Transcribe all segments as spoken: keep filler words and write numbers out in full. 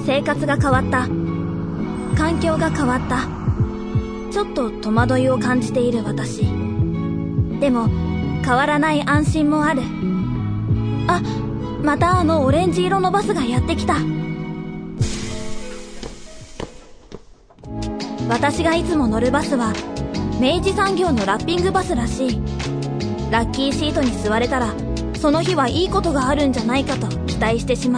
生活が変わった。環境が変わった。ちょっと戸惑いを感じている私。でも変わらない安心もある。あ、またあのオレンジ色のバスがやってきた。私がいつも乗るバスは明治産業のラッピングバスらしい。ラッキーシートに座れたらその日はいいことがあるんじゃないかと期待してしまう。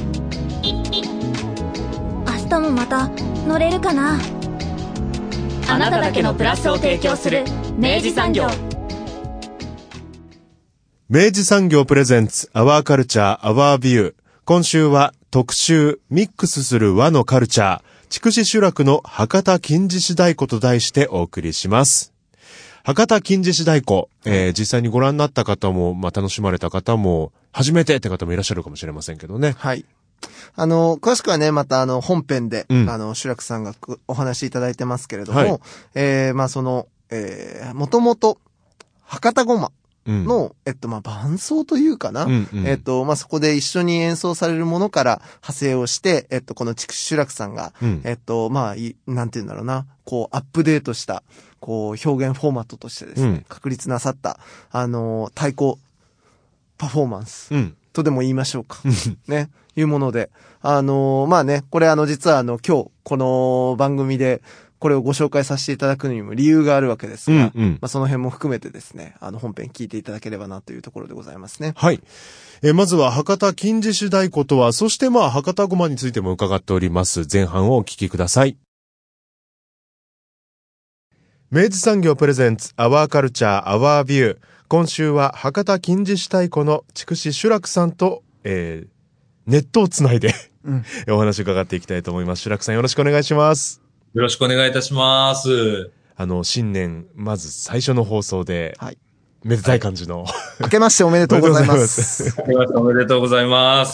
明日もまた乗れるかな。 あなただけのプラスを提供する明治産業。 明治産業プレゼンツアワーカルチャーアワービュー。今週は特集ミックスする和のカルチャー、筑紫集落の博多金獅子太鼓と題してお送りします。博多金獅子太鼓、えー、実際にご覧になった方も、まあ、楽しまれた方も、初めてって方もいらっしゃるかもしれませんけどね。 はい。あの、詳しくはね、またあの、本編で、 うん、 あの、集落さんがお話しいただいてますけれども、 はい、 えー、まあ、その、えー、もともと、博多ごまの、うん、えっと、まあ、伴奏というかな、うんうん、えっと、まあ、そこで一緒に演奏されるものから派生をして、えっと、この筑紫集落さんが、うん、えっと、まあ、い、なんて言うんだろうな、こう、アップデートした、こう、表現フォーマットとしてですね、うん、確立なさった、あの、太鼓パフォーマンス、とでも言いましょうか。ね。いうもので。あのー、まあね、これあの、実はあの、今日、この番組で、これをご紹介させていただくにも理由があるわけですが、うんうん、まあその辺も含めてですね、あの、本編聞いていただければなというところでございますね。 はい。えー、まずは博多金獅子太鼓とは、そしてまあ博多ごまについても伺っております。前半をお聞きください。明治産業プレゼンツアワーカルチャーアワービュー。今週は博多金獅子太鼓の筑紫集落さんと、えー、ネットをつないで、うん、お話を伺っていきたいと思います。集落さんよろしくお願いします。 よろしくお願いいたします。 あの、新年、まず最初の放送で、はい、めでたい感じの。 明けましておめでとうございます。 明けましておめでとうございます。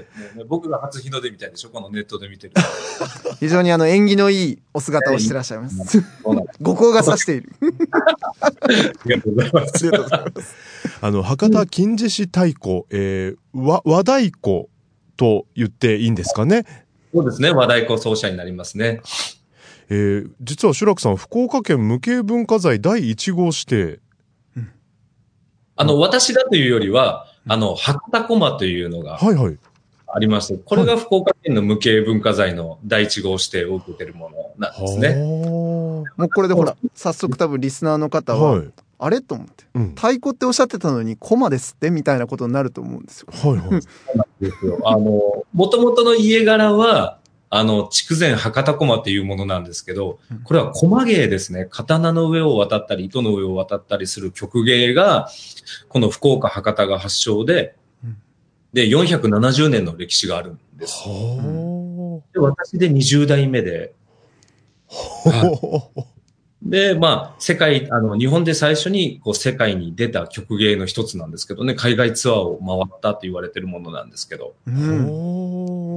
僕が初日の出みたいでしょ、このネットで見てる。 非常にあの、縁起のいいお姿をしてらっしゃいます。五光が差している。 ありがとうございます。 ありがとうございます。 あの、博多金獅子太鼓、えー、和、和太鼓と言っていいんですかね。 そうですね、和太鼓奏者になりますね。 えー、実は集落さん、福岡県無形文化財だいいち号指定。 うん、あの、私がというよりは、あの、博多こまというのが、 はいはい。 ありまして、これが福岡県の無形文化財のだいいち号指定を受けているものなんですね。 もうこれでほら、早速多分リスナーの方は、はい、あれと思って、うん、太鼓っておっしゃってたのにコマですってみたいなことになると思うんですよ。 はいはい。そうなんですよ。あの、元々の家柄は、あの、筑前博多こまっていうものなんですけど、これはこま芸ですね。刀の上を渡ったり、糸の上を渡ったりする曲芸が、この福岡博多が発祥で、で、よんひゃくななじゅうねんの歴史があるんです。で、私でにじゅう代目で、はい、で、まあ、世界、あの、日本で最初にこう世界に出た曲芸の一つなんですけどね、海外ツアーを回ったと言われてるものなんですけど、うん、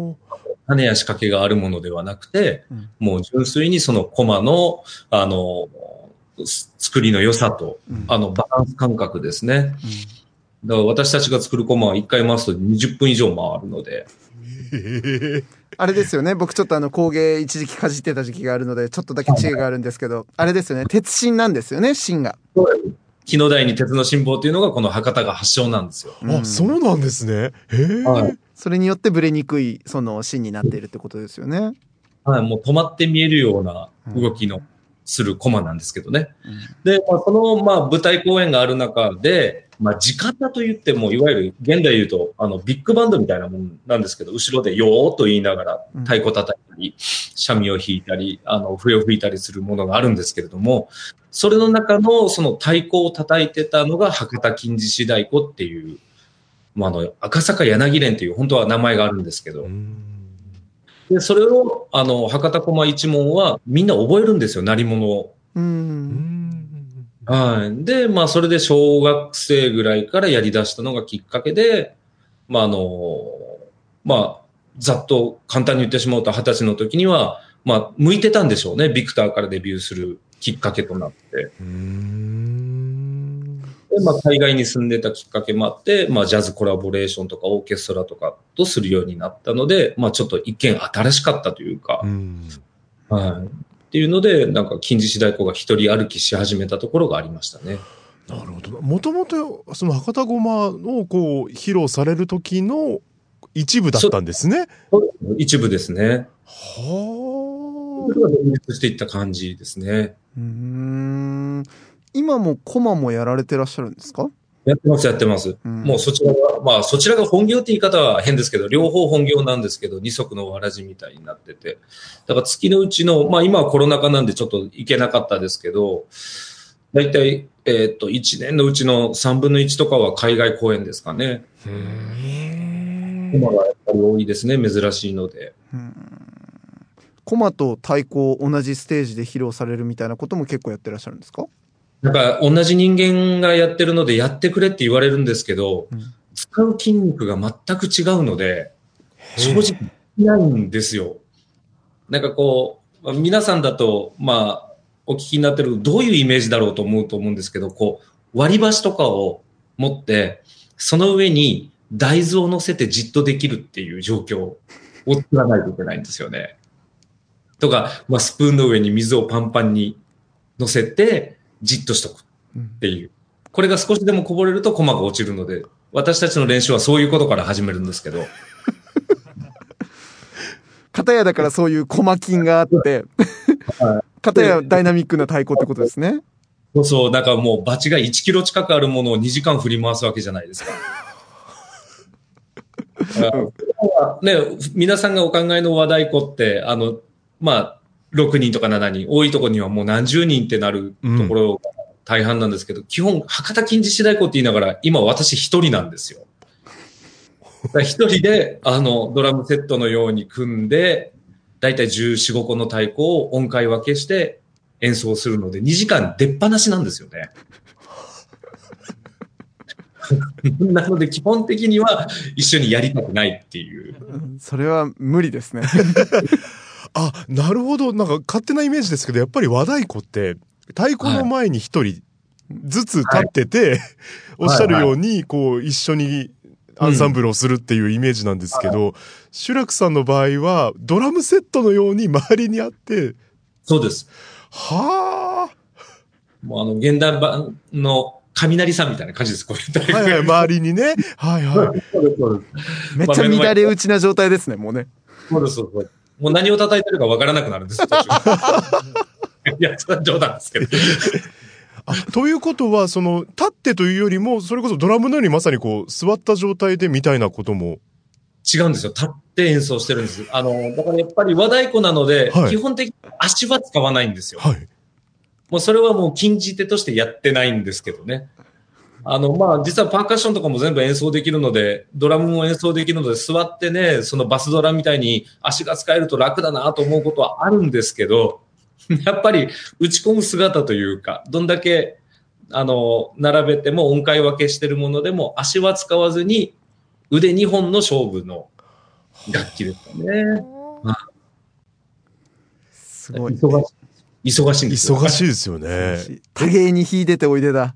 種や仕掛けがあるものではなくて、うん、もう純粋にそのコマの、あの、作りの良さと、うん、あの、バランス感覚ですね。うん、だから私たちが作るコマはいっかい回すとにじゅっぷん以上回るので。 あれですよね。僕ちょっとあの工芸一時期かじってた時期があるので、ちょっとだけ違いがあるんですけど、あれですよね。鉄芯なんですよね、芯が。 木の台に鉄の芯棒っていうのがこの博多が発祥なんですよ。 あ、そうなんですね。へえ、 はい。それによってブレにくいその芯になっているってことですよね。 はい、もう止まって見えるような動きのするコマなんですけどね。うん、で、まあ、そのまあ舞台公演がある中で、まあ、地方と言っても、いわゆる現代言うと、あの、ビッグバンドみたいなもんなんですけど、後ろでよーっと言いながら、太鼓叩いたり、三味を弾いたり、あの、笛を吹いたりするものがあるんですけれども、それの中の、その太鼓を叩いてたのが、博多金獅子太鼓っていう、まあ、あの、赤坂柳連っていう、本当は名前があるんですけど、で、それを、あの、博多駒一門は、みんな覚えるんですよ、鳴り物を。うんはい。で、まあ、それで小学生ぐらいからやり出したのがきっかけで、まあ、あの、まあ、ざっと簡単に言ってしまうと、二十歳の時には、まあ、向いてたんでしょうね。ビクターからデビューするきっかけとなって。うーんで、 で、まあ、海外に住んでたきっかけもあって、まあ、ジャズコラボレーションとかオーケストラとかとするようになったので、まあ、ちょっと一見新しかったというか、うん、はい。っていうので、なんか、金獅子太鼓が一人歩きし始めたところがありましたね。 なるほど。もともと、その博多ごまをこう、披露される時の一部だったんですね。 一部ですね。 はあ。 それが独立していった感じですね。 うーん。今もコマもやられてらっしゃるんですか？ やってます、やってます。うん、もうそちらが、まあそちらが本業って言い方は変ですけど、両方本業なんですけど、二足のわらじみたいになってて。だから月のうちの、まあ今はコロナ禍なんでちょっと行けなかったですけど、だいたい、えっと、いちねんのうちのさんぶんのいちとかは海外公演ですかね。へー。コマがやっぱり多いですね、珍しいので。 コマと太鼓を同じステージで披露されるみたいなことも結構やってらっしゃるんですか？ なんか同じ人間がやってるのでやってくれって言われるんですけど、うん、使う筋肉が全く違うので、正直いないんですよ。なんかこう、皆さんだと、まあ、お聞きになってるどういうイメージだろうと思うと思うんですけど、こう、割り箸とかを持って、その上に大豆を乗せてじっとできるっていう状況を作らないといけないんですよね。とか、まあ、スプーンの上に水をパンパンに乗せて、じっとしとくっていう。これが少しでもこぼれるとコマが落ちるので、私たちの練習はそういうことから始めるんですけど。 片やだからそういうコマ筋があって、はい、片やダイナミックな太鼓ってことですね。 そうそう、だからもうバチがいちキロ近くあるものをにじかん振り回すわけじゃないですか。ね、皆さんがお考えの和太鼓って、あの、まあ、ろくにんとかしちにん、多いところにはもう何十人ってなるところが大半なんですけど、うん、基本、博多金獅子太鼓って言いながら、今私一人なんですよ。一人で、あの、ドラムセットのように組んで、だいたいじゅうよん、ごこの太鼓を音階分けして演奏するので、にじかん出っ放しなんですよね。なので、基本的には一緒にやりたくないっていう。 それは無理ですね。 あ、なるほど。なんか勝手なイメージですけど、やっぱり和太鼓って太鼓の前に一人ずつ立ってて、はい、おっしゃるように、こう一緒にアンサンブルをするっていうイメージなんですけど、うん、シュラクさんの場合はドラムセットのように周りにあって。 そうです。 はあ。 もうあの、現代版の雷さんみたいな感じです、こういう太鼓。 はいはい、周りにね。はいはい。そうです、 そうです。めっちゃ乱れ打ちな状態ですね、もうね。 そうです、そうです。もう何を叩いてるかわからなくなるんです、途中。いや、それは冗談ですけど。 あ、ということは、その、立ってというよりも、それこそドラムのようにまさにこう、座った状態でみたいなことも。 違うんですよ。立って演奏してるんです。あの、だからやっぱり和太鼓なので、はい、基本的に足は使わないんですよ。はい。もうそれはもう禁じ手としてやってないんですけどね。あの、まあ、実はパーカッションとかも全部演奏できるので、ドラムも演奏できるので、座ってね、そのバスドラみたいに足が使えると楽だなと思うことはあるんですけど、やっぱり打ち込む姿というか、どんだけ、あの、並べても音階分けしてるものでも、足は使わずに腕にほんの勝負の楽器ですよね。 すごい、ね。 忙しい。忙しいんですよ。 忙しいですよね。 多芸に秀でておいでだ。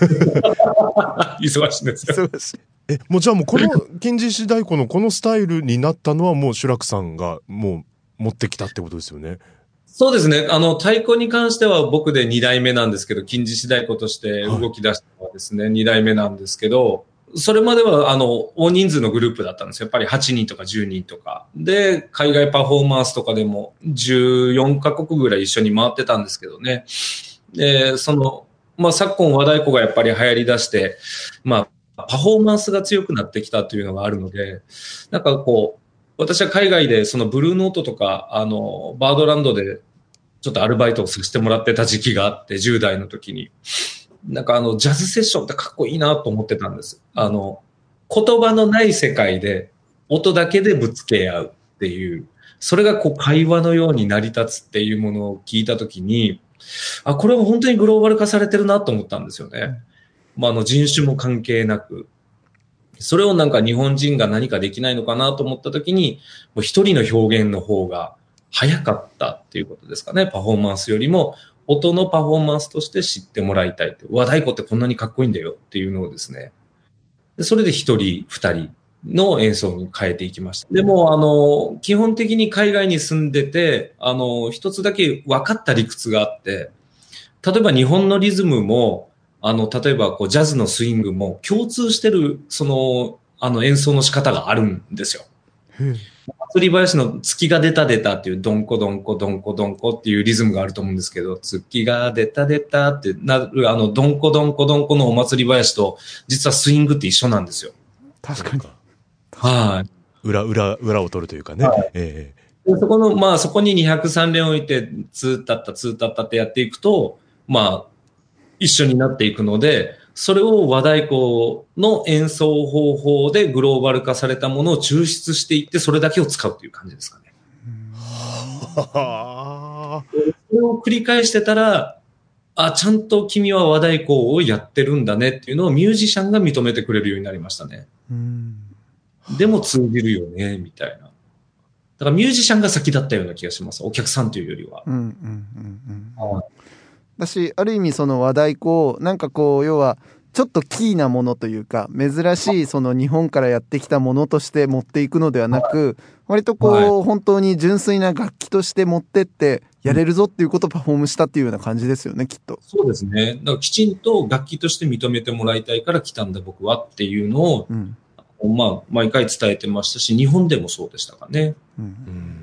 忙しいんですよ。 忙しい。 え、もうじゃあもうこの金獅子太鼓のこのスタイルになったのはもうシュラクさんがもう持ってきたってことですよね。 そうですね。あの、太鼓に関しては僕でに代目なんですけど、金獅子太鼓として動き出したのはですね、はい、に代目なんですけど、それまでは、あの、大人数のグループだったんですよ。やっぱりはちにんとかじゅうにんとか。で、海外パフォーマンスとかでもじゅうよんカ国ぐらい一緒に回ってたんですけどね。で、その、まあ、昨今和太鼓がやっぱり流行り出して、まあ、パフォーマンスが強くなってきたというのがあるので、なんかこう、私は海外でそのブルーノートとか、あの、バードランドでちょっとアルバイトをさせてもらってた時期があって、じゅう代の時に。なんかあの、ジャズセッションってかっこいいなと思ってたんです。あの、言葉のない世界で音だけでぶつけ合うっていう、それがこう会話のように成り立つっていうものを聞いたときに、あ、これは本当にグローバル化されてるなと思ったんですよね。まあ、あの人種も関係なく。それをなんか日本人が何かできないのかなと思ったときに、もう一人の表現の方が早かったっていうことですかね。パフォーマンスよりも音のパフォーマンスとして知ってもらいたいって。和太鼓ってこんなにかっこいいんだよっていうのをですね。でそれで一人、二人の演奏に変えていきました。でも、あの、基本的に海外に住んでて、あの、一つだけ分かった理屈があって、例えば日本のリズムも、あの、例えばこうジャズのスイングも共通してる、その、あの演奏の仕方があるんですよ。祭り林の月が出た出たっていうドンコドンコドンコドンコっていうリズムがあると思うんですけど、月が出た出たってなるあのドンコドンコドンコのお祭り林と実はスイングって一緒なんですよ。 確かに。 はい。 裏、裏、裏を取るというかね。はい、 ええー、でそこの、まあそこににひゃくさんれん置いて、ツータッタ、ツータッタってやっていくと、まあ、一緒になっていくので、それを和太鼓の演奏方法でグローバル化されたものを抽出していって、それだけを使うという感じですかね。それを繰り返してたら、あ、ちゃんと君は和太鼓をやってるんだねっていうのをミュージシャンが認めてくれるようになりましたね。うんでも通じるよね、みたいな。だからミュージシャンが先だったような気がします。お客さんというよりは。うんうんうんうん。だし、ある意味その和太鼓を、なんかこう、要は、ちょっとキーなものというか、珍しいその日本からやってきたものとして持っていくのではなく、割とこう、はい、本当に純粋な楽器として持ってって、やれるぞっていうことをパフォームしたっていうような感じですよね、きっと。 そうですね。だからきちんと楽器として認めてもらいたいから来たんだ僕はっていうのを、うんまあ、毎回伝えてましたし、日本でもそうでしたかね。うん、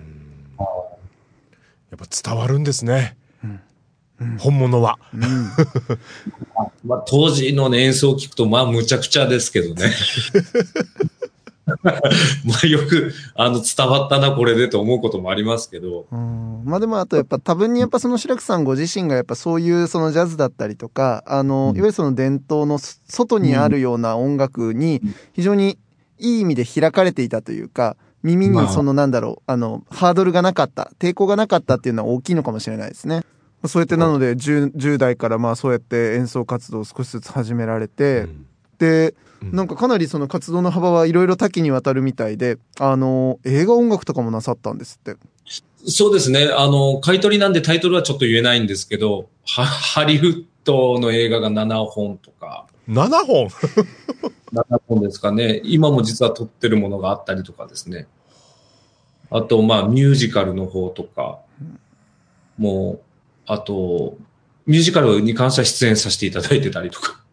やっぱ伝わるんですね。うん、本物は。うんまあ、当時の、ね、演奏を聞くと、まあ、むちゃくちゃですけどね。まあ、よく、あの、伝わったな、これでと思うこともありますけど。 うんまあ、でも、あと、やっぱ、多分に、やっぱ、その白くさんご自身が、やっぱ、そういう、そのジャズだったりとか、あの、うん、いわゆるその伝統の外にあるような音楽に、非常に、いい意味で開かれていたというか、耳にそのなんだろう、あの、ハードルがなかった、抵抗がなかったっていうのは大きいのかもしれないですね。そうやってなので 10, じゅう代からまあそうやって演奏活動を少しずつ始められて、うん、で、なんかかなりその活動の幅はいろいろ多岐にわたるみたいで、あの、映画音楽とかもなさったんですって。 そうですね。あの、買い取りなんでタイトルはちょっと言えないんですけど、ハ, ハリウッドの映画がななほんとか。 ななほんななほんですかね。今も実は撮ってるものがあったりとかですね。あと、まあ、ミュージカルの方とか、もう、あと、ミュージカルに関しては出演させていただいてたりとか。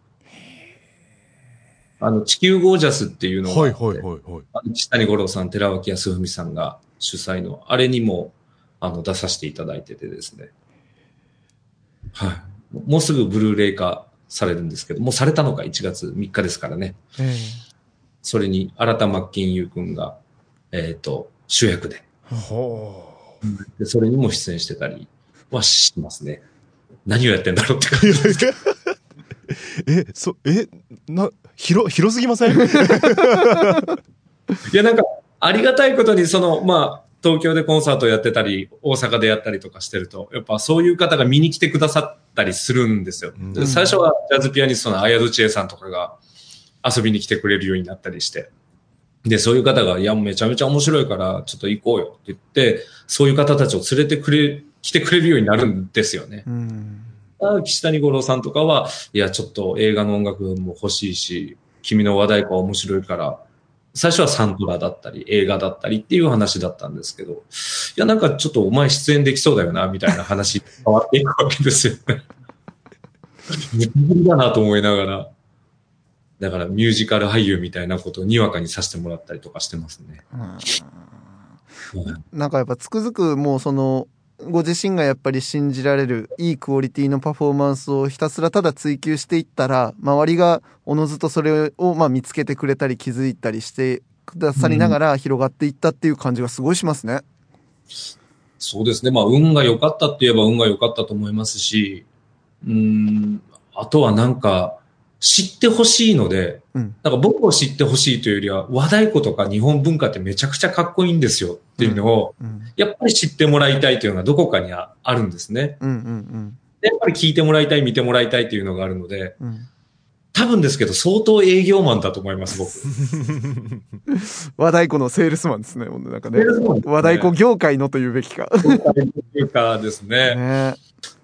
あの、地球ゴージャスっていうのがあって、はいはいはいはい、岸谷五郎さん、寺脇康文さんが主催の、あれにも、あの、出させていただいててですね。はい。もうすぐブルーレイ化されるんですけど、もうされたのがいちがつみっかですからね。それに、新田真剣佑君が、えっと、主役で。で、それにも出演してたりはしますね。何をやってんだろうって感じですけど。 え、そ、え、な、広、広すぎません？いや、なんか、ありがたいことに、その、まあ、東京でコンサートやってたり、大阪でやったりとかしてると、やっぱそういう方が見に来てくださったりするんですよ。うん、最初はジャズピアニストの綾戸千恵さんとかが遊びに来てくれるようになったりして。で、そういう方が、いや、めちゃめちゃ面白いから、ちょっと行こうよって言って、そういう方たちを連れてくれ、来てくれるようになるんですよね。うん岸谷五郎さんとかは、いや、ちょっと映画の音楽も欲しいし、君の和太鼓は面白いから、最初はサントラだったり、映画だったりっていう話だったんですけど、いや、なんかちょっとお前出演できそうだよな、みたいな話に変わっていくわけですよね。無理だなと思いながら。だからミュージカル俳優みたいなことをにわかにさせてもらったりとかしてますね。 うん、なんかやっぱつくづくもうその、ご自身がやっぱり信じられるいいクオリティのパフォーマンスをひたすらただ追求していったら、周りがおのずとそれをまあ見つけてくれたり気づいたりしてくださりながら広がっていったっていう感じがすごいしますね。うん、 そうですね。まあ運が良かったって言えば運が良かったと思いますし、うーん、あとはなんか知ってほしいので、うん、なんか僕を知ってほしいというよりは和太鼓とか日本文化ってめちゃくちゃかっこいいんですよっていうのを、うんうん、やっぱり知ってもらいたいというのがどこかにあるんですね、うんうんうん。やっぱり聞いてもらいたい、見てもらいたいというのがあるので、うん、多分ですけど相当営業マンだと思います、僕。 和太鼓のセールスマンですね、なんかね。ね和太鼓業界のというべきか。 業界の業界ですね。ね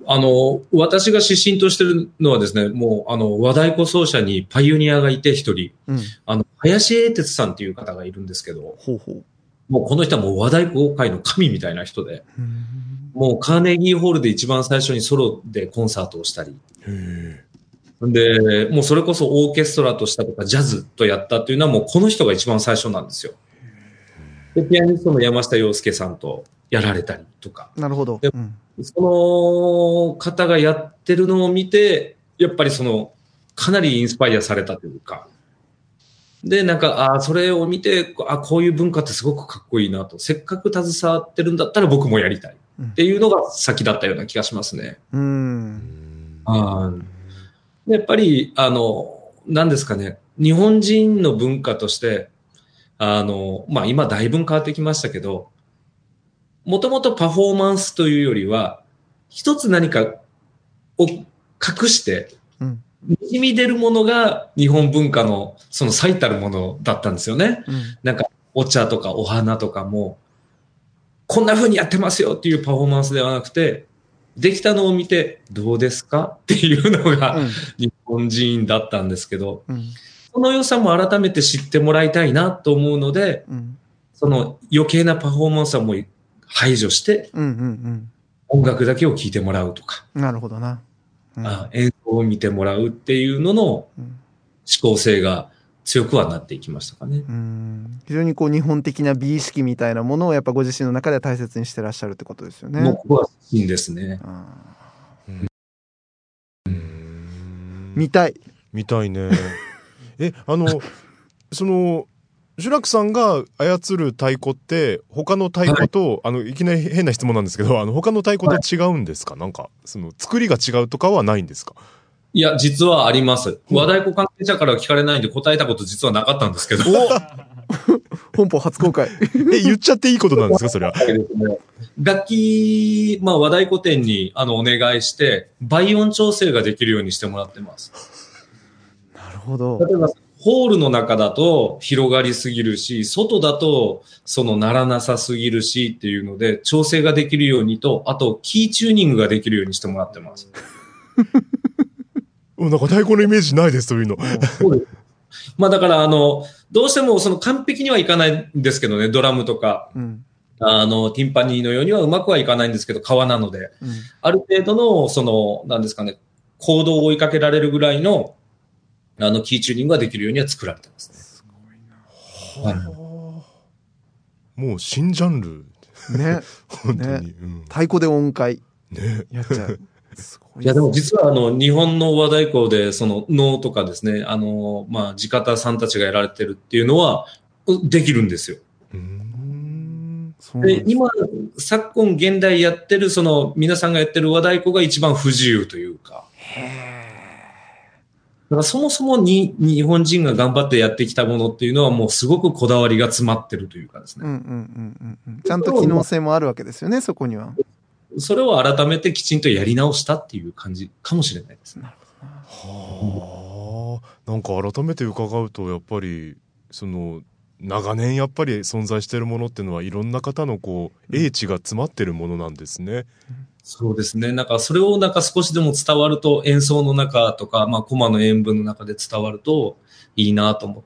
あの、私が指針としてるのはですね、もう、あの、和太鼓奏者にパイオニアがいて一人、うん、あの、林英哲さんっていう方がいるんですけど、 ほうほう、 もうこの人はもう和太鼓界の神みたいな人で、もうカーネギーホールで一番最初にソロでコンサートをしたり、で、もうそれこそオーケストラとしたとかジャズとやったっていうのはもうこの人が一番最初なんですよ。で、ピアニストの山下洋介さんとやられたりとか。 なるほど。 うん、その方がやってるのを見て、やっぱりその、かなりインスパイアされたというか、で、なんか、あそれを見て、あこういう文化ってすごくかっこいいなと。せっかく携わってるんだったら僕もやりたい。っていうのが先だったような気がしますね。 うん。 あやっぱり、あの、何ですかね。日本人の文化として、あの、まあ、今だいぶ変わってきましたけど、もともとパフォーマンスというよりは、一つ何かを隠して、にじみ出るものが日本文化のその最たるものだったんですよね。うん、なんかお茶とかお花とかも、こんな風にやってますよっていうパフォーマンスではなくて、できたのを見てどうですかっていうのが日本人だったんですけど、うん、その良さも改めて知ってもらいたいなと思うので、うん、その余計なパフォーマンスはもう排除して、うんうんうん、音楽だけを聴いてもらうとか。 なるほどな。 うん、あ演奏を見てもらうっていうのの思考性が強くはなっていきましたかね。 うん、非常にこう日本的な美意識みたいなものをやっぱご自身の中では大切にしてらっしゃるってことですよね。 もうここはいいんですね。 うんうん、見たい。 見たいね。え、あの、その、ジュラクさんが操る太鼓って他の太鼓と、はい、あのいきなり変な質問なんですけど、あの他の太鼓と違うんですか、はい、なんかその作りが違うとかはないんですか？ いや実はあります。和太鼓関係者から聞かれないんで答えたこと実はなかったんですけど。 本邦初公開。 え言っちゃっていいことなんですかそれは？ 楽器、まあ和太鼓店にあのお願いして倍音調整ができるようにしてもらってます。 なるほど。 例えばホールの中だと広がりすぎるし、外だとそのならなさすぎるしっていうので調整ができるようにと、あとキーチューニングができるようにしてもらってます。 なんか太鼓のイメージないですというの。 そうです。まあだからあの、どうしてもその完璧にはいかないんですけどね、ドラムとか、うん、あの、ティンパニーのようにはうまくはいかないんですけど、革なので、うん、ある程度のその、なんですかね、コードを追いかけられるぐらいのあの、キーチューニングができるようには作られてますね。 すごいな。 はあ、もう新ジャンル。 ね。 本当に、 ねうん。太鼓で音階。 ね。 やっちゃう。 すごい。いや、でも実はあの、日本の和太鼓で、その、能とかですね、あの、まあ、地方さんたちがやられてるっていうのは、できるんですよ。うーんで今、昨今現代やってる、その、皆さんがやってる和太鼓が一番不自由というか。へー。だからそもそもに日本人が頑張ってやってきたものっていうのはもうすごくこだわりが詰まってるというかですね。 うんうんうんうん、ちゃんと機能性もあるわけですよね、そこには。 それを改めてきちんとやり直したっていう感じかもしれないですね。なるほど。はあ、なんか改めて伺うとやっぱりその長年やっぱり存在しているものっていうのはいろんな方のこう英知が詰まってるものなんですね。うんそうですね。なんかそれをなんか少しでも伝わると演奏の中とか、まあコマの演舞の中で伝わるといいなと思って、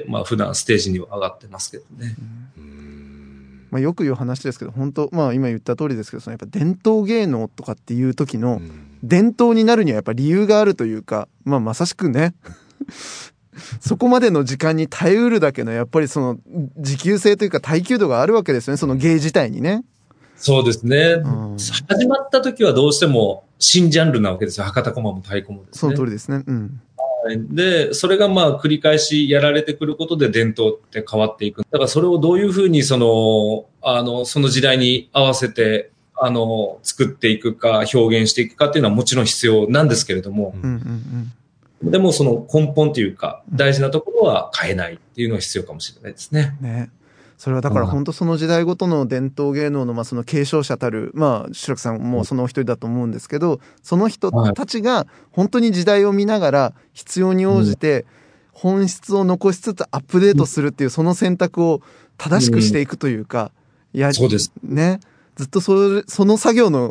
まあ普段ステージには上がってますけどね。うんうんまあ、よく言う話ですけど、本当まあ今言った通りですけど、そのやっぱ伝統芸能とかっていう時の伝統になるにはやっぱ理由があるというか、まあまさしくね。そこまでの時間に耐えうるだけのやっぱりその持久性というか耐久度があるわけですよね、その芸自体にね。 そうですね、うん。始まった時はどうしても新ジャンルなわけですよ。博多駒も太鼓もですね。 その通りですね。うん。 で、それがまあ繰り返しやられてくることで伝統って変わっていく。だからそれをどういうふうにその、あの、その時代に合わせて、あの、作っていくか表現していくかっていうのはもちろん必要なんですけれども、うんうんうん、でもその根本というか大事なところは変えないっていうのは必要かもしれないですね。 ね。それはだから本当その時代ごとの伝統芸能のまあその継承者たるまあ志らくさんもそのお一人だと思うんですけど、その人たちが本当に時代を見ながら必要に応じて本質を残しつつアップデートするっていうその選択を正しくしていくというか、やそうですね、ずっとそれその作業の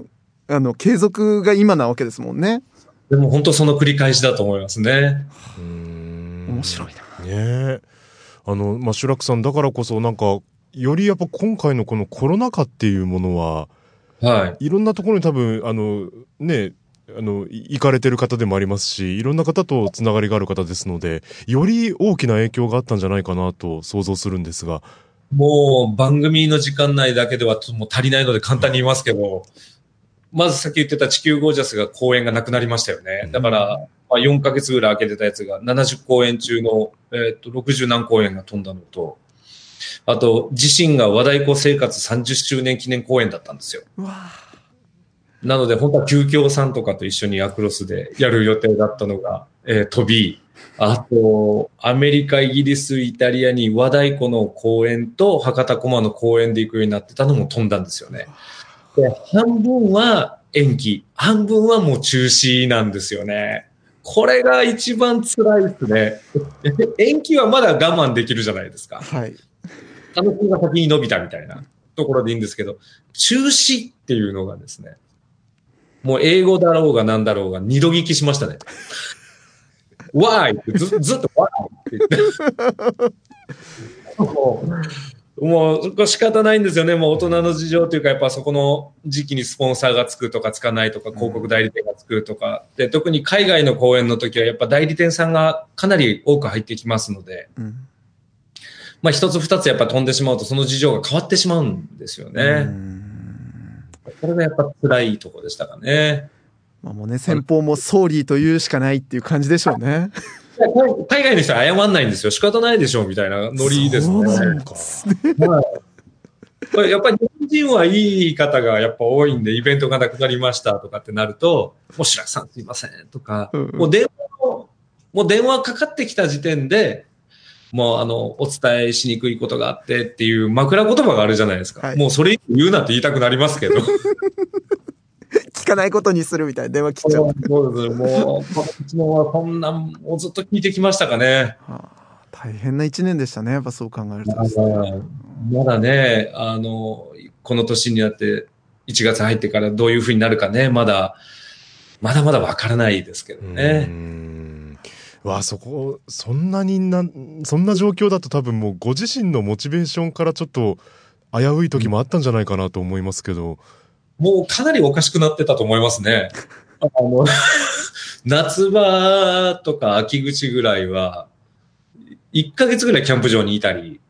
あの、継続が今なわけですもんね。 でも本当その繰り返しだと思いますね。 うーん。 面白いな。 ねえ。あの、まあ、シュラクさんだからこそなんか、よりやっぱ今回のこのコロナ禍っていうものは、 はい。 いろんなところに多分、あの、ね、あの、行かれてる方でもありますし、いろんな方とつながりがある方ですので、より大きな影響があったんじゃないかなと想像するんですが。 もう番組の時間内だけではもう足りないので簡単に言いますけど、まずさっき言ってた地球ゴージャスが公演がなくなりましたよね。だから、まあ、よんかげつぐらい空けてたやつがななじゅっこうえん中の、えっと、ろくじゅうなんこうえんが飛んだのと、あと、自身が和太鼓生活さんじゅっしゅうねん記念公演だったんですよ。 うわなので、本当は旧京さんとかと一緒にアクロスでやる予定だったのが、えー、飛び、あと、アメリカ、イギリス、イタリアに和太鼓の公演と博多駒の公演で行くようになってたのも飛んだんですよね。で、半分は延期、半分はもう中止なんですよね。これが一番辛いですね。延期はまだ我慢できるじゃないですか。 はい。 あの子が先に伸びたみたいなところでいいんですけど、中止っていうのがですね、もう英語だろうが何だろうが二度聞きしましたね。Why? ってず, ずっと Why? って言って。もう、もう仕方ないんですよね。もう大人の事情というか、やっぱそこの時期にスポンサーがつくとかつかないとか、広告代理店がつくとか、で、特に海外の公演の時はやっぱ代理店さんがかなり多く入ってきますので、うん、まあ一つ二つやっぱ飛んでしまうとその事情が変わってしまうんですよね。うんこれがやっぱ辛いところでしたかね。 まあもうね、先方もソーリーと言うしかないっていう感じでしょうね。 海外の人は謝んないんですよ。仕方ないでしょうみたいなノリですね。そうなんですね。はい、やっぱり日本人はいい方がやっぱ多いんで、イベントがなくなりましたとかってなると、もう白木さんすいませんとか、うんうん、もう電話を、もう電話かかってきた時点で、もうあの、お伝えしにくいことがあってっていう枕言葉があるじゃないですか。はい、もうそれ言うなって言いたくなりますけど。 聞かないことにするみたいな電話切っちゃう。 そうです。もう、こっちのこんなんをずっと聞いてきましたかね。 はあ、大変な一年でしたね。やっぱそう考えるとですね。まだね、あの、この年になっていちがつ入ってからどういう風になるかね、まだ、まだまだわからないですけどね。 うんわあ、そこ、そんなにな、そんな状況だと多分もうご自身のモチベーションからちょっと危うい時もあったんじゃないかなと思いますけど。 もうかなりおかしくなってたと思いますね。あの夏場とか秋口ぐらいは、いっかげつぐらいキャンプ場にいたり。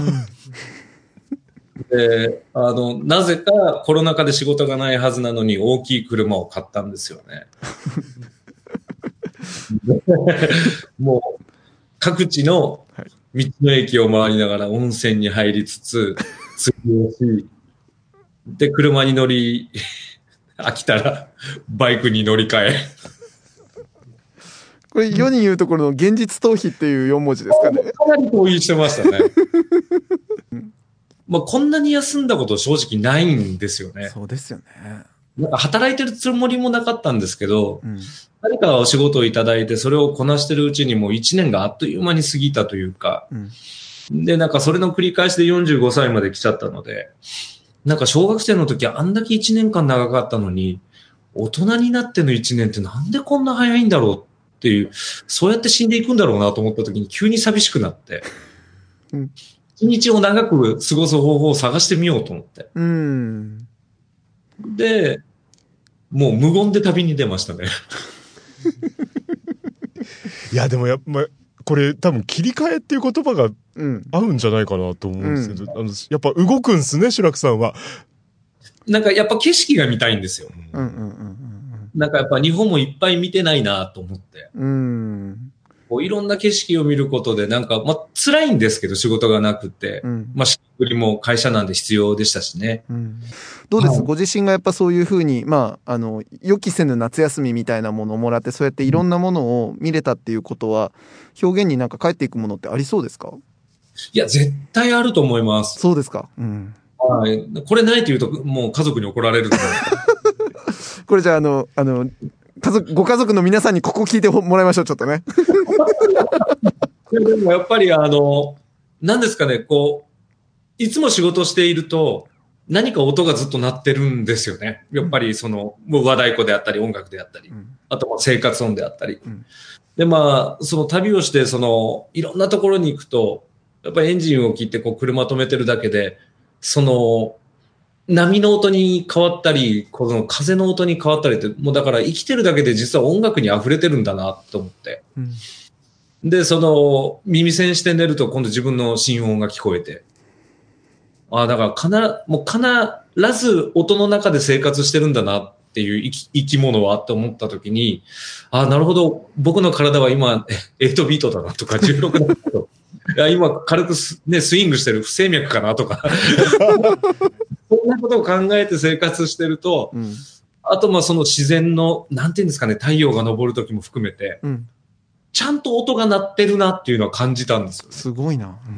で、あの、なぜかコロナ禍で仕事がないはずなのに大きい車を買ったんですよね。もう、各地の道の駅を回りながら温泉に入りつつ、釣りをし、で、車に乗り、飽きたら、バイクに乗り換え。 これ世に言うところの現実逃避っていうよん文字ですかね。 かなり逃避してましたね。まあこんなに休んだこと正直ないんですよね。 そうですよね。 なんか働いてるつもりもなかったんですけど、うん、何かお仕事をいただいてそれをこなしてるうちにもういちねんがあっという間に過ぎたというか、うん、で、なんかそれの繰り返しでよんじゅうごさいまで来ちゃったので、なんか小学生の時はあんだけいちねんかん長かったのに、大人になってのいちねんってなんでこんな早いんだろうっていう、そうやって死んでいくんだろうなと思った時に急に寂しくなって、うん、一日を長く過ごす方法を探してみようと思って。うん、で、もう無言で旅に出ましたね。 いや、でもやっぱ、これ多分切り替えっていう言葉が合うんじゃないかなと思うんですけど、うん、あのやっぱ動くんすね、シュラクさんは。 なんかやっぱ景色が見たいんですよ。うんうんうんうん、なんかやっぱ日本もいっぱい見てないなと思って。うんこういろんな景色を見ることで、なんか、まあ、辛いんですけど、仕事がなくて。うん、まあ、仕送りも会社なんで必要でしたしね。うん、 どうです、はい、ご自身がやっぱそういうふうに、まあ、あの、予期せぬ夏休みみたいなものをもらって、そうやっていろんなものを見れたっていうことは、表現になんか返っていくものってありそうですか？ いや、絶対あると思います。 そうですか。うん。 はい。これないと言うと、もう家族に怒られると思う。これじゃあ、あの、あの、家族、ご家族の皆さんにここ聞いてもらいましょう、ちょっとね。 でもやっぱりあの、何ですかね、こう、いつも仕事していると、 何か音がずっと鳴ってるんですよね。やっぱりその、もう和太鼓であったり、音楽であったり、うん、あとは生活音であったり。うん、で、まあ、その旅をして、その、いろんなところに行くと、やっぱりエンジンを切ってこう車止めてるだけで、その、波の音に変わったり、この風の音に変わったりって、もうだから生きてるだけで実は音楽に溢れてるんだなと思って。うん、で、その、耳栓して寝ると今度自分の心音が聞こえて。ああ、だからかな、もう必ず音の中で生活してるんだなっていう生き、生き物はって思ったときに、ああ、なるほど、僕の体は今、エイトビートだなとか、じゅうろくだなとか、いや今軽くス、ね、スイングしてる不整脈かなとか、そんなことを考えて生活してると、うん、あとまあその自然の、なんていうんですかね、太陽が昇るときも含めて、うん、ちゃんと音が鳴ってるなっていうのは感じたんですよ、ね。 すごいな。うん、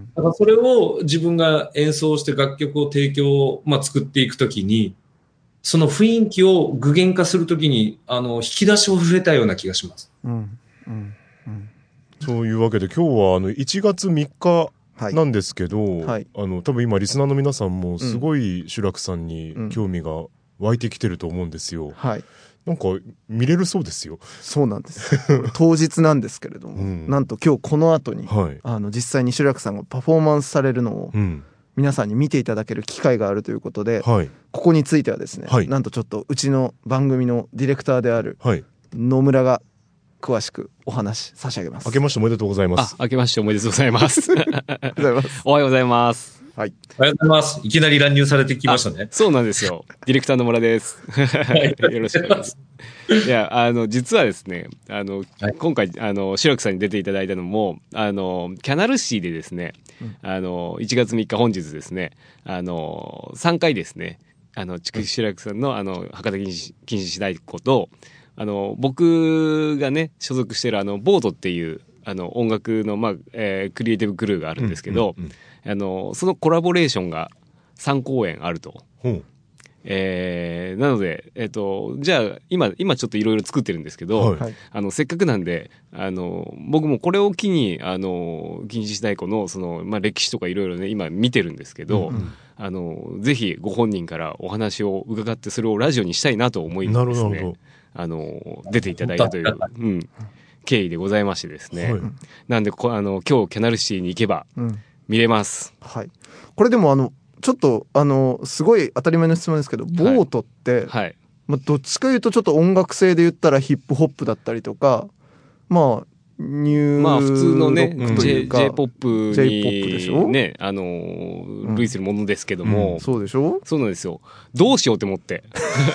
だからそれを自分が演奏して楽曲を提供、まあ作っていくときに、その雰囲気を具現化するときに、あの、引き出しを触れたような気がします。うんうんうん、そういうわけで今日はあのいちがつみっかなんですけど、はいはい、あの多分今リスナーの皆さんもすごい志らくさんに興味が湧いてきてると思うんですよ。はい、なんか見れるそうですよ。 そうなんです当日なんですけれども、うん、なんと今日この後に、はい、あの実際に志らくさんがパフォーマンスされるのを、うん、皆さんに見ていただける機会があるということで、はい、ここについてはですね、はい、なんとちょっとうちの番組のディレクターである野村が詳しくお話差し上げます。 明けましておめでとうございます。 あ、明けましておめでとうございます。おはようございます。 はい。おはようございます。いきなり乱入されてきましたね。 そうなんですよ。ディレクターの村です。よろしくお願いします。いや、あの、実はですね、あの、はい、今回、あの、志らくさんに出ていただいたのも、あの、キャナルシーでですね、うん、あの、いちがつみっか本日ですね、あの、さんかいですね、あの、筑紫志らくさんの、あの、博多禁止、禁止しないこと、あの、僕がね、所属してるあの、ボートっていう、あの、音楽の、まあ、えー、クリエイティブクルーがあるんですけど、うんうんうん、あの、そのコラボレーションがさんこうえんあると。うん、えー、なので、えっと、じゃあ、今、今ちょっといろいろ作ってるんですけど、はい、あの、せっかくなんで、あの、僕もこれを機に、あの、禁止太鼓の、その、まあ、歴史とかいろいろね、今見てるんですけど、うんうん、あの、ぜひご本人からお話を伺って、それをラジオにしたいなと思いですね。なるほど。あの、出ていただいたという、うん、経緯でございましてですね。はい、なんでこ、あの、今日、キャナルシーに行けば、見れます、 うん。はい。これでも、あの、ちょっと、あの、すごい当たり前の質問ですけど、ボートって、はいはい、まあ、どっちかいうと、ちょっと音楽性で言ったらヒップホップだったりとか、まあ、ニューまあ普通のね、J、J-ポップに、J-ポップでしょね、あのー、類するものですけども、 うんうん、そうでしょそうなんですよ。どうしようって思って。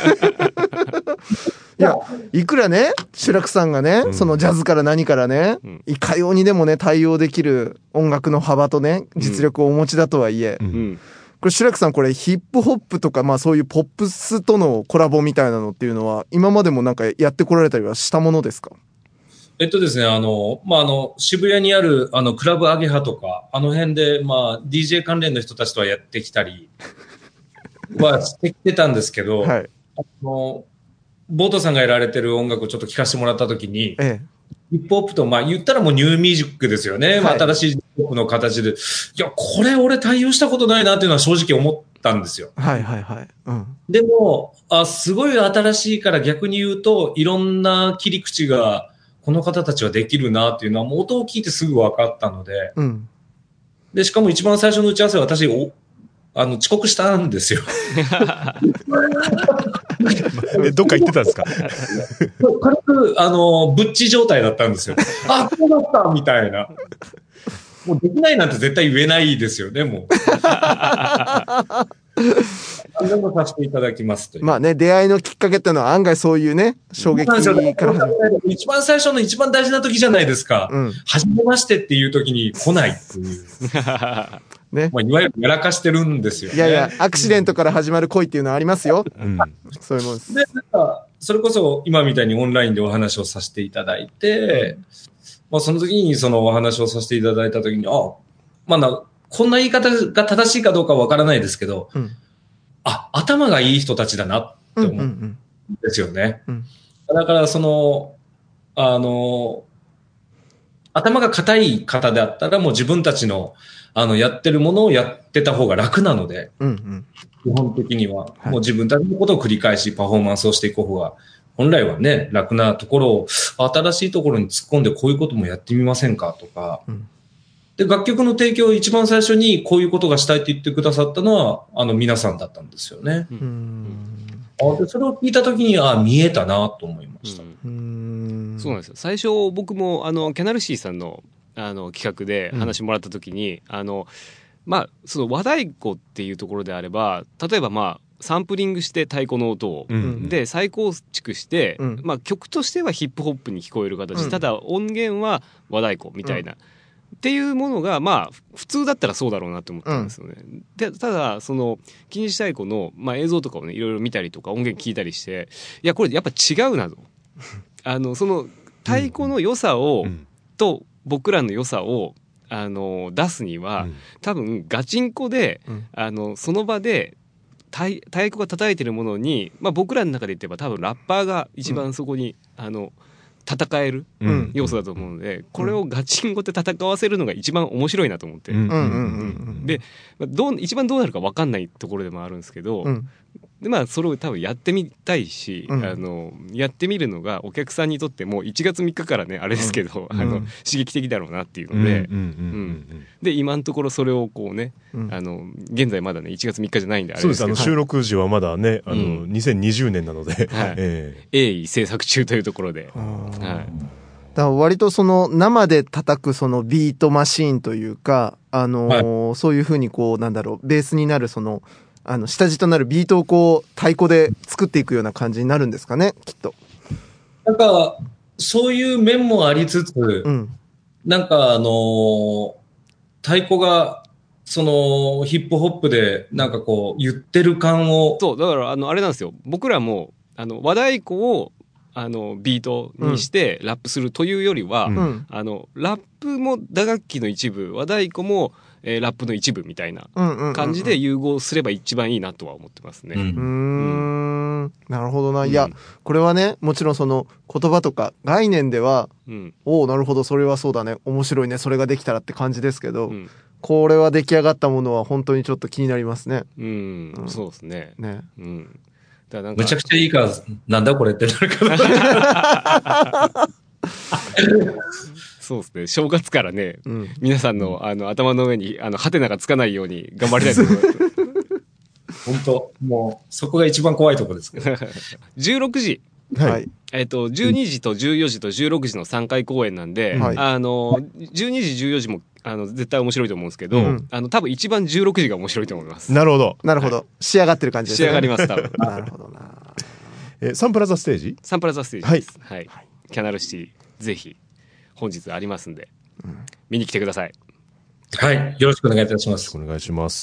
いや、いくらね、志らくさんがね、うん、そのジャズから何からね、うん、いかようにでもね、対応できる音楽の幅とね、実力をお持ちだとはいえ、うんうん、これ志らくさんこれヒップホップとか、まあそういうポップスとのコラボみたいなのっていうのは、今までもなんかやってこられたりはしたものですか？ えっとですね、あの、まあ、あの、渋谷にある、あの、クラブアゲハとか、あの辺で、まあ、ディージェー 関連の人たちとはやってきたりはしてきてたんですけど、はい、あの、ボートさんがやられてる音楽をちょっと聞かせてもらったときに、ええ、ヒップホップと、まあ、言ったらもうニューミュージックですよね。はい、まあ、新しいヒップホップの形で、いや、これ俺対応したことないなっていうのは正直思ったんですよ。 はいはいはい。うん、でもあ、すごい新しいから逆に言うと、いろんな切り口が、この方たちはできるなっていうのは、もう音を聞いてすぐ分かったので、うん、で、しかも一番最初の打ち合わせは私、お、あの、遅刻したんですよ。 え、どっか行ってたんですか？ 軽く、あの、ぶっち状態だったんですよ。あ、そうだったみたいな。もうできないなんて絶対言えないですよね、もう。何でもさせていただきますという。 まあね、出会いのきっかけっていうのは案外そういうね、衝撃から。 一番最初の一番大事な時じゃないですか。うん、初めましてっていう時に来ないっていう。ね。まあ、いわゆるやらかしてるんですよね。 いやいや、アクシデントから始まる恋っていうのはありますよ。うん、そういうもんです。 で、なんか、それこそ今みたいにオンラインでお話をさせていただいて、うんまあ、その時にそのお話をさせていただいた時に、あ、まあな、こんな言い方が正しいかどうかわからないですけど、うん、あ、頭がいい人たちだなって思うんですよね。うんうんうん、だからその、あの、 頭が硬い方であったらもう自分たちの、あの、やってるものをやってた方が楽なので、 うんうん、 基本的には、もう自分たちのことを繰り返しパフォーマンスをしていく方が、本来はね、楽なところを、新しいところに突っ込んでこういうこともやってみませんかとか、うん、で、楽曲の提供を一番最初にこういうことがしたいって言ってくださったのは、あの皆さんだったんですよね。うんあでそれを聞いたときに、あ見えたなと思いました。 うん、そうなんですよ。最初僕も、あの、キャナルシーさんの、あの、企画で話もらったときに、うん、あの、まあ、その和太鼓っていうところであれば、例えばまあ、サンプリングして太鼓の音を、うん、で再構築して、うん、まあ、曲としてはヒップホップに聞こえる形、うん、ただ音源は和太鼓みたいな、うん、っていうものがまあ普通だったらそうだろうなと思ったんですよね、うん、でただその金獅子太鼓の、まあ、映像とかをねいろいろ見たりとか音源聞いたりして、いやこれやっぱ違うなとあのその太鼓の良さを、うん、と僕らの良さをあの出すには、うん、多分ガチンコで、うん、あのその場で太, 太鼓が叩いてるものに、まあ、僕らの中で言ってば多分ラッパーが一番そこに、うん、あの戦える要素だと思うので、うん、これをガチンコで戦わせるのが一番面白いなと思って、うん、で、まあ、どう一番どうなるか分かんないところでもあるんですけど、うん、でまあそれを多分やってみたいし、うん、あのやってみるのがお客さんにとってもいちがつみっかからねあれですけど、うん、あの刺激的だろうなっていうので、で今のところそれをこうね、うん、あの現在まだねいちがつみっかじゃないんであれですけど、 そうです、あの収録時はまだね、あの、うん、にせんにじゅうねんなので、はいえー、鋭意制作中というところで、はい、 だから割とその生で叩くそのビートマシーンというか、あのーはい、そういう風にこうなんだろうベースになるそのあの下地となるビートをこう太鼓で作っていくような感じになるんですかね、きっと。 なんかそういう面もありつつ、うん、なんかあのー、太鼓がそのヒップホップでなんかこう言ってる感を、 そうだからあのあれなんですよ、僕らもあの和太鼓をあのビートにしてラップするというよりは、うん、あのラップも打楽器の一部、和太鼓も、えー、ラップの一部みたいな感じで融合すれば一番いいなとは思ってますね。うん、うーんなるほどな。いや、うん、これはねもちろんその言葉とか概念では、うん、おおなるほどそれはそうだね面白いねそれができたらって感じですけど、うん、これは出来上がったものは本当にちょっと気になりますね。 うん、うん、そうですね。ね、うん。 だなんかむちゃくちゃいいからなんだこれってなるかな。 そうですね。正月からね、うん、皆さんのあの頭の上にあのハテナがつかないように頑張りたいと思います。 本当もうそこが一番怖いところですけど。 じゅうろくじ。はい。えっとじゅうにじとじゅうよじとじゅうろくじのさんかい公演なんで、はい、あのじゅうにじじゅうよじもあの絶対面白いと思うんですけど、うん、あの多分一番じゅうろくじが面白いと思います。 なるほど。 なるほど。はい、仕上がってる感じですね。 仕上がります多分。 なるほどな。 えサンプラザステージ？ サンプラザステージです。はい。はい、キャナルシティぜひ本日ありますんで、うん、見に来てください。 はい。よろしくお願いいたします。 お願いします。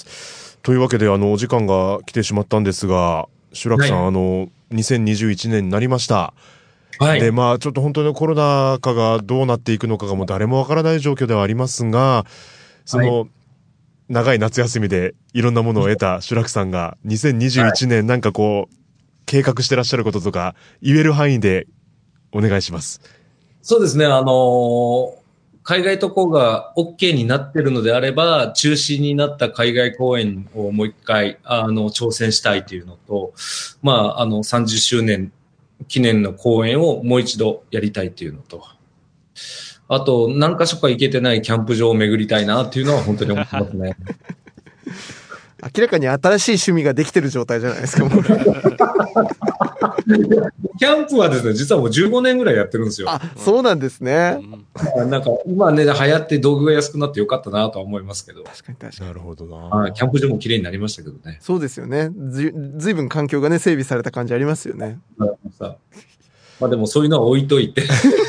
というわけであのお時間が来てしまったんですが、シュラクさん、はい、あのにせんにじゅういちねんになりました。はい、でまあちょっと本当にコロナ禍がどうなっていくのかがもう誰もわからない状況ではありますが、その、はい、長い夏休みでいろんなものを得たシュラクさんがにせんにじゅういちねんなんかこう計画してらっしゃることとか言える範囲でお願いします。 そうですね、あのー、海外渡航が OK になってるのであれば中止になった海外公演をもう一回あの挑戦したいというのと、まああのさんじゅっしゅうねん記念の公演をもう一度やりたいっていうのと、あと何か所か行けてないキャンプ場を巡りたいなっていうのは本当に思ってますね。 明らかに新しい趣味ができてる状態じゃないですか。もうキャンプはですね、実はもうじゅうごねんぐらいやってるんですよ。 あ、そうなんですね。 うん、なんか今ね流行って道具が安くなってよかったなとは思いますけど。 確かに確かに。 なるほどな。 キャンプ場も綺麗になりましたけどね。 そうですよね。ずずいぶん環境がね整備された感じありますよね。 まあでもそういうのは置いといて。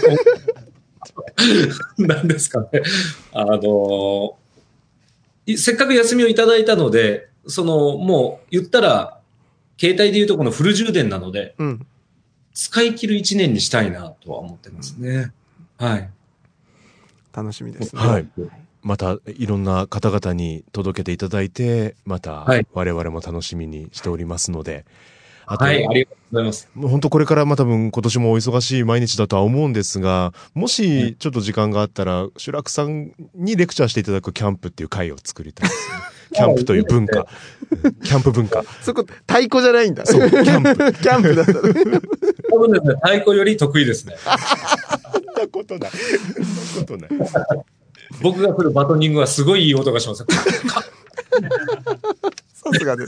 なんですかね。あのせっかく休みをいただいたので、そのもう言ったら携帯でいうとこのフル充電なので、うん、使い切るいちねんにしたいなとは思ってますね。はい。 楽しみですね。 はい。またいろんな方々に届けていただいて、また我々も楽しみにしておりますので、 あと、 はい、ありがとうございます。 本当これからまあ多分今年もお忙しい毎日だとは思うんですが、もしちょっと時間があったら、シュラクさんにレクチャーしていただくキャンプっていう会を作りたいですね。キャンプという文化。キャンプ文化。 そこ、太鼓じゃないんだ。 そう、キャンプ。 キャンプだったね。 多分ですね、太鼓より得意ですね。 そんなことない。そんなことない。 僕が来るバトニングはすごいいい音がします。さすがです。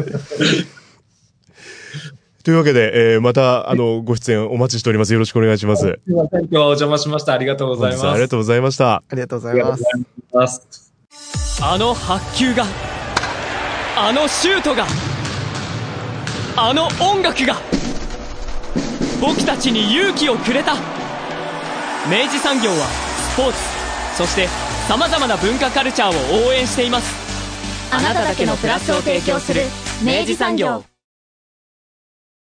というわけで、えー、また、あの、ご出演お待ちしております。よろしくお願いします。すいません、今日はお邪魔しました。ありがとうございます。 ありがとうございました。 ありがとうございます。 あの白球が、あのシュートが、あの音楽が、僕たちに勇気をくれた。明治産業はスポーツ、そして様々な文化カルチャーを応援しています。 あなただけのプラスを提供する明治産業。